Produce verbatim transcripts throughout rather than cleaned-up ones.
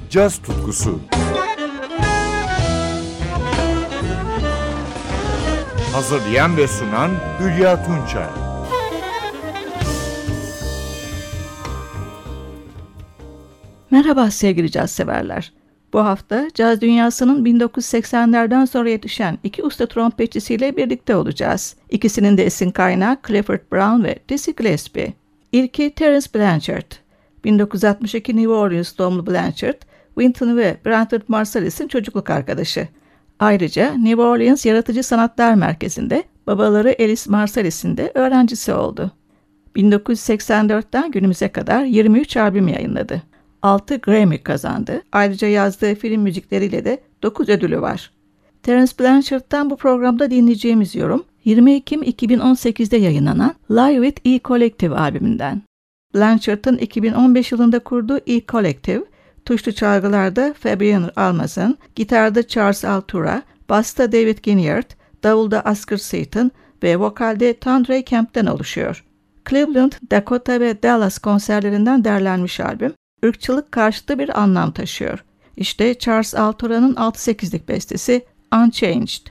caz tutkusu. Hazırlayan ve sunan Hülya Tunçay. Merhaba sevgili caz severler. Bu hafta caz dünyasının bin dokuz yüz seksenlerden sonra yetişen iki usta trompetçisiyle birlikte olacağız. İkisinin de esin kaynağı Clifford Brown ve Dizzy Gillespie. İlki Terence Blanchard. bin dokuz yüz altmış iki New Orleans doğumlu Blanchard, Wynton ve Branford Marsalis'in çocukluk arkadaşı. Ayrıca New Orleans Yaratıcı Sanatlar Merkezi'nde babaları Alice Marsalis'in de öğrencisi oldu. bin dokuz yüz seksen dörtten günümüze kadar yirmi üç albüm yayınladı. altı Grammy kazandı. Ayrıca yazdığı film müzikleriyle de dokuz ödülü var. Terence Blanchard'tan bu programda dinleyeceğimiz yorum yirmi Ekim iki bin on sekizde yayınlanan Live with E Collective albümünden. Blanchard'ın iki bin on beş yılında kurduğu E Collective, tuşlu çalgılarda Fabian Almazan, gitarda Charles Altura, basta David Ginyard, davulda Oscar Seaton ve vokalde Tondre Kemp'ten oluşuyor. Cleveland, Dakota ve Dallas konserlerinden derlenmiş albüm, ırkçılık karşıtı bir anlam taşıyor. İşte Charles Altura'nın altı sekizlik bestesi Unchanged.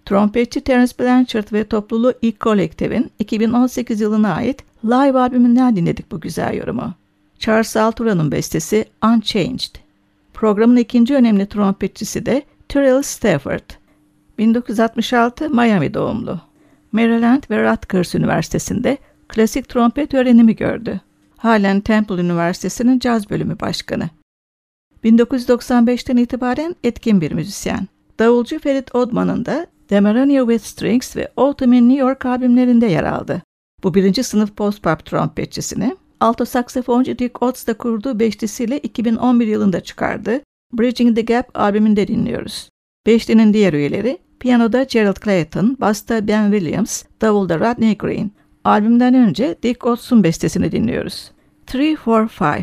Trompetçi Terence Blanchard ve topluluğu E Collective'in iki bin on sekiz yılına ait Live albümünden dinledik bu güzel yorumu. Charles Altura'nın bestesi Unchanged. Programın ikinci önemli trompetçisi de Terrell Stafford. bin dokuz yüz altmış altı Miami doğumlu. Maryland ve Rutgers Üniversitesi'nde klasik trompet öğrenimi gördü. Halen Temple Üniversitesi'nin caz bölümü başkanı. bin dokuz yüz doksan beşten itibaren etkin bir müzisyen. Davulcu Ferit Odman'ın da The Maronier with Strings ve Autumn in New York albümlerinde yer aldı. Bu birinci sınıf post-pop trompetçisini alto saksafoncu Dick Otts'la kurduğu beşlisiyle iki bin on bir yılında çıkardı. Bridging the Gap albümünde dinliyoruz. Beşlinin diğer üyeleri piyanoda Gerald Clayton, basta Ben Williams, davulda Rodney Green. Albümden önce Dick Otts'un bestesini dinliyoruz. three four five.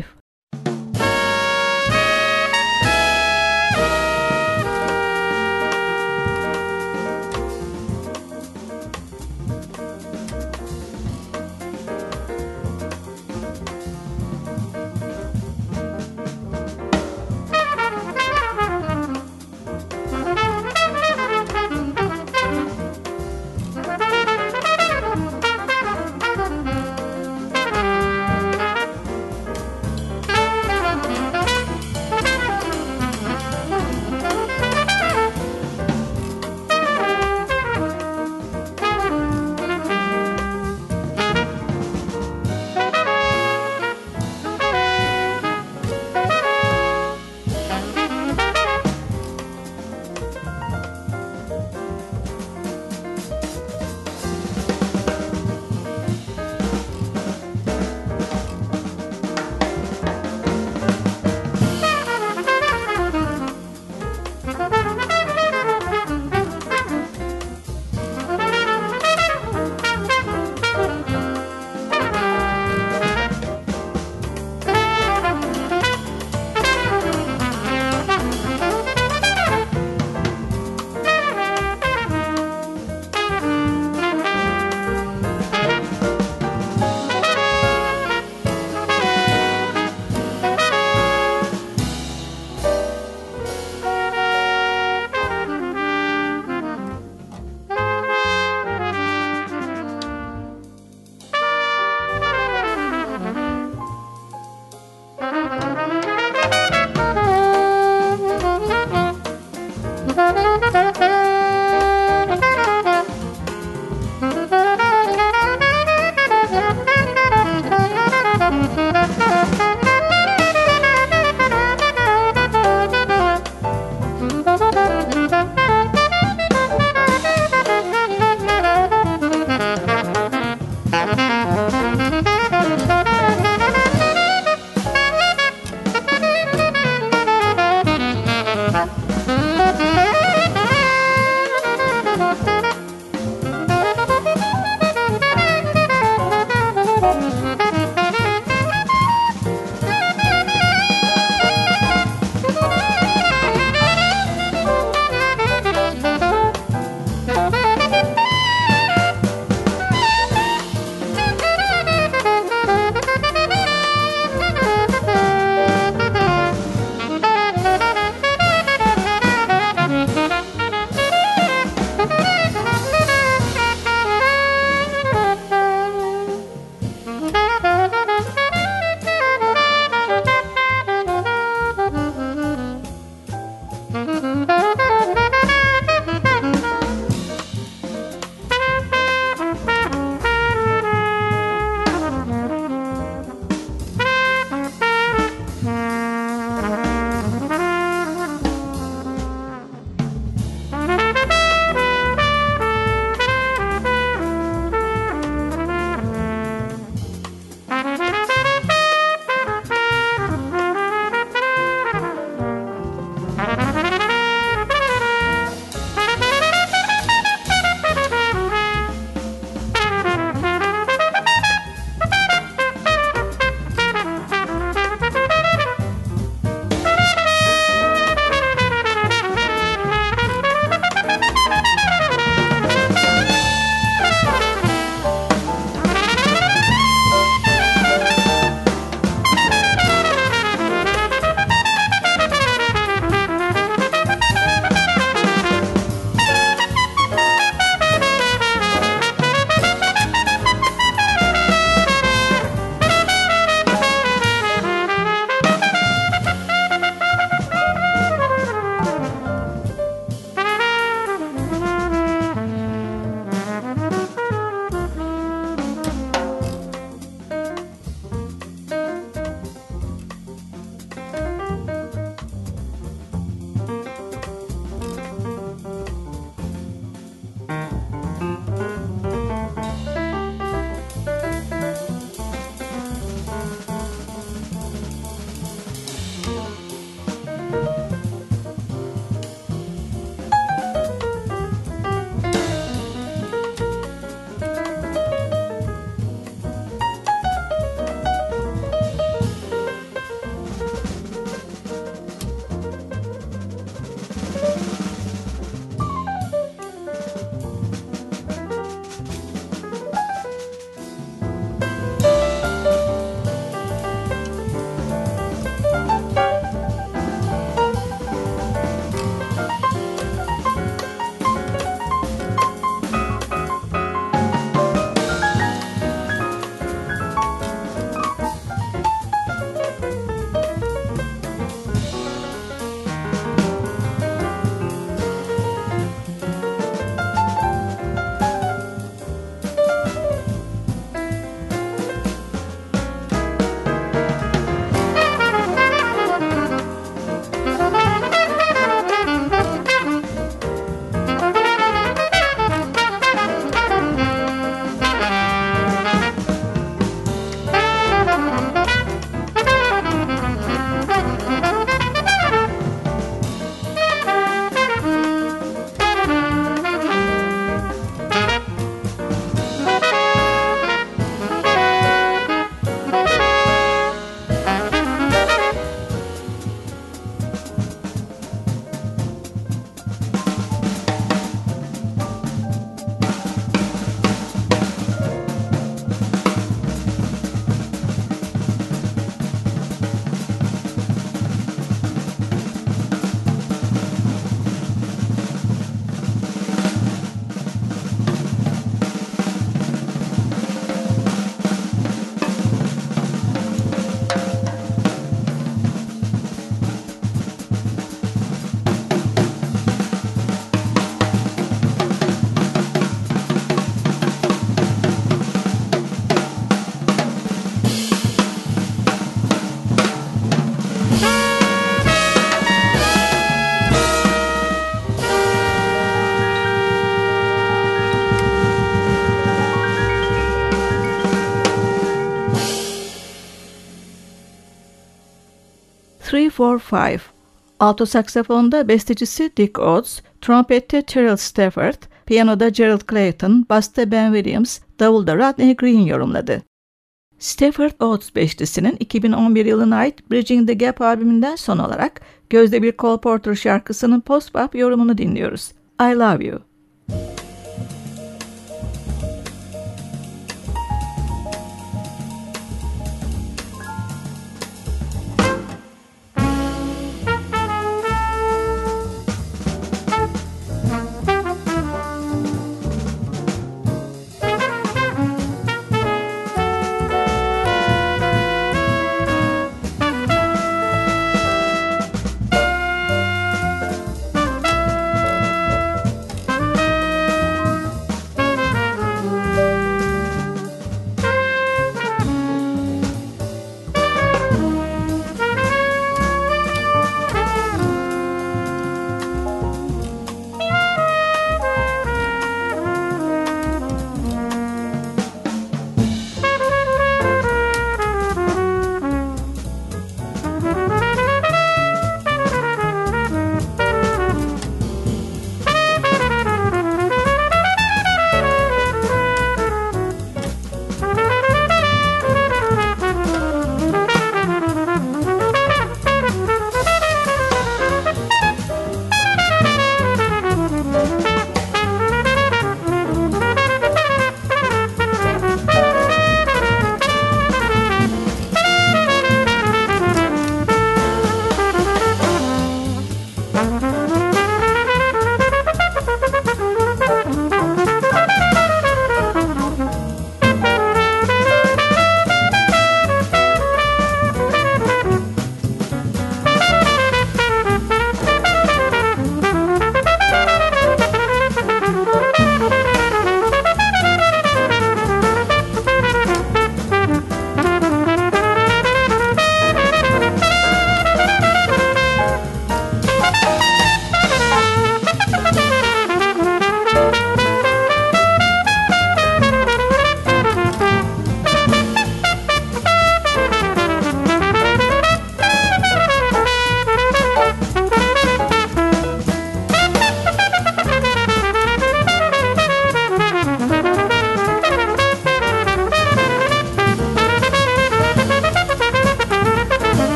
three four five. Alto saksafonda bestecisi Dick Oatts, trompette Terrell Stafford, piyanoda Gerald Clayton, basta Ben Williams, davulda Rodney Green yorumladı. Stafford Oates beşlisinin iki bin on bir yılına ait Bridging the Gap albümünden son olarak gözde bir Cole Porter şarkısının post-bop yorumunu dinliyoruz. I Love You.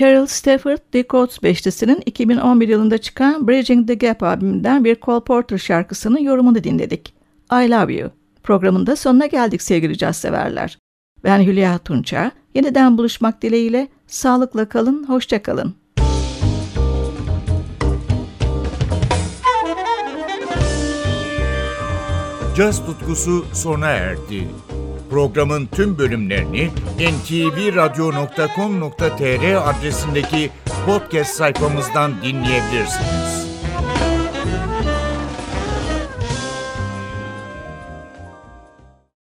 Terrell Stafford The Coats beşlisinin iki bin on bir yılında çıkan Bridging the Gap albümünden bir Cole Porter şarkısının yorumunu dinledik. I Love You. Programın da sonuna geldik sevgili caz severler. Ben Hülya Tunça. Yeniden buluşmak dileğiyle sağlıkla kalın, hoşça kalın. Caz tutkusu sona erdi. Programın tüm bölümlerini en te ve radyo nokta com nokta te er adresindeki podcast sayfamızdan dinleyebilirsiniz.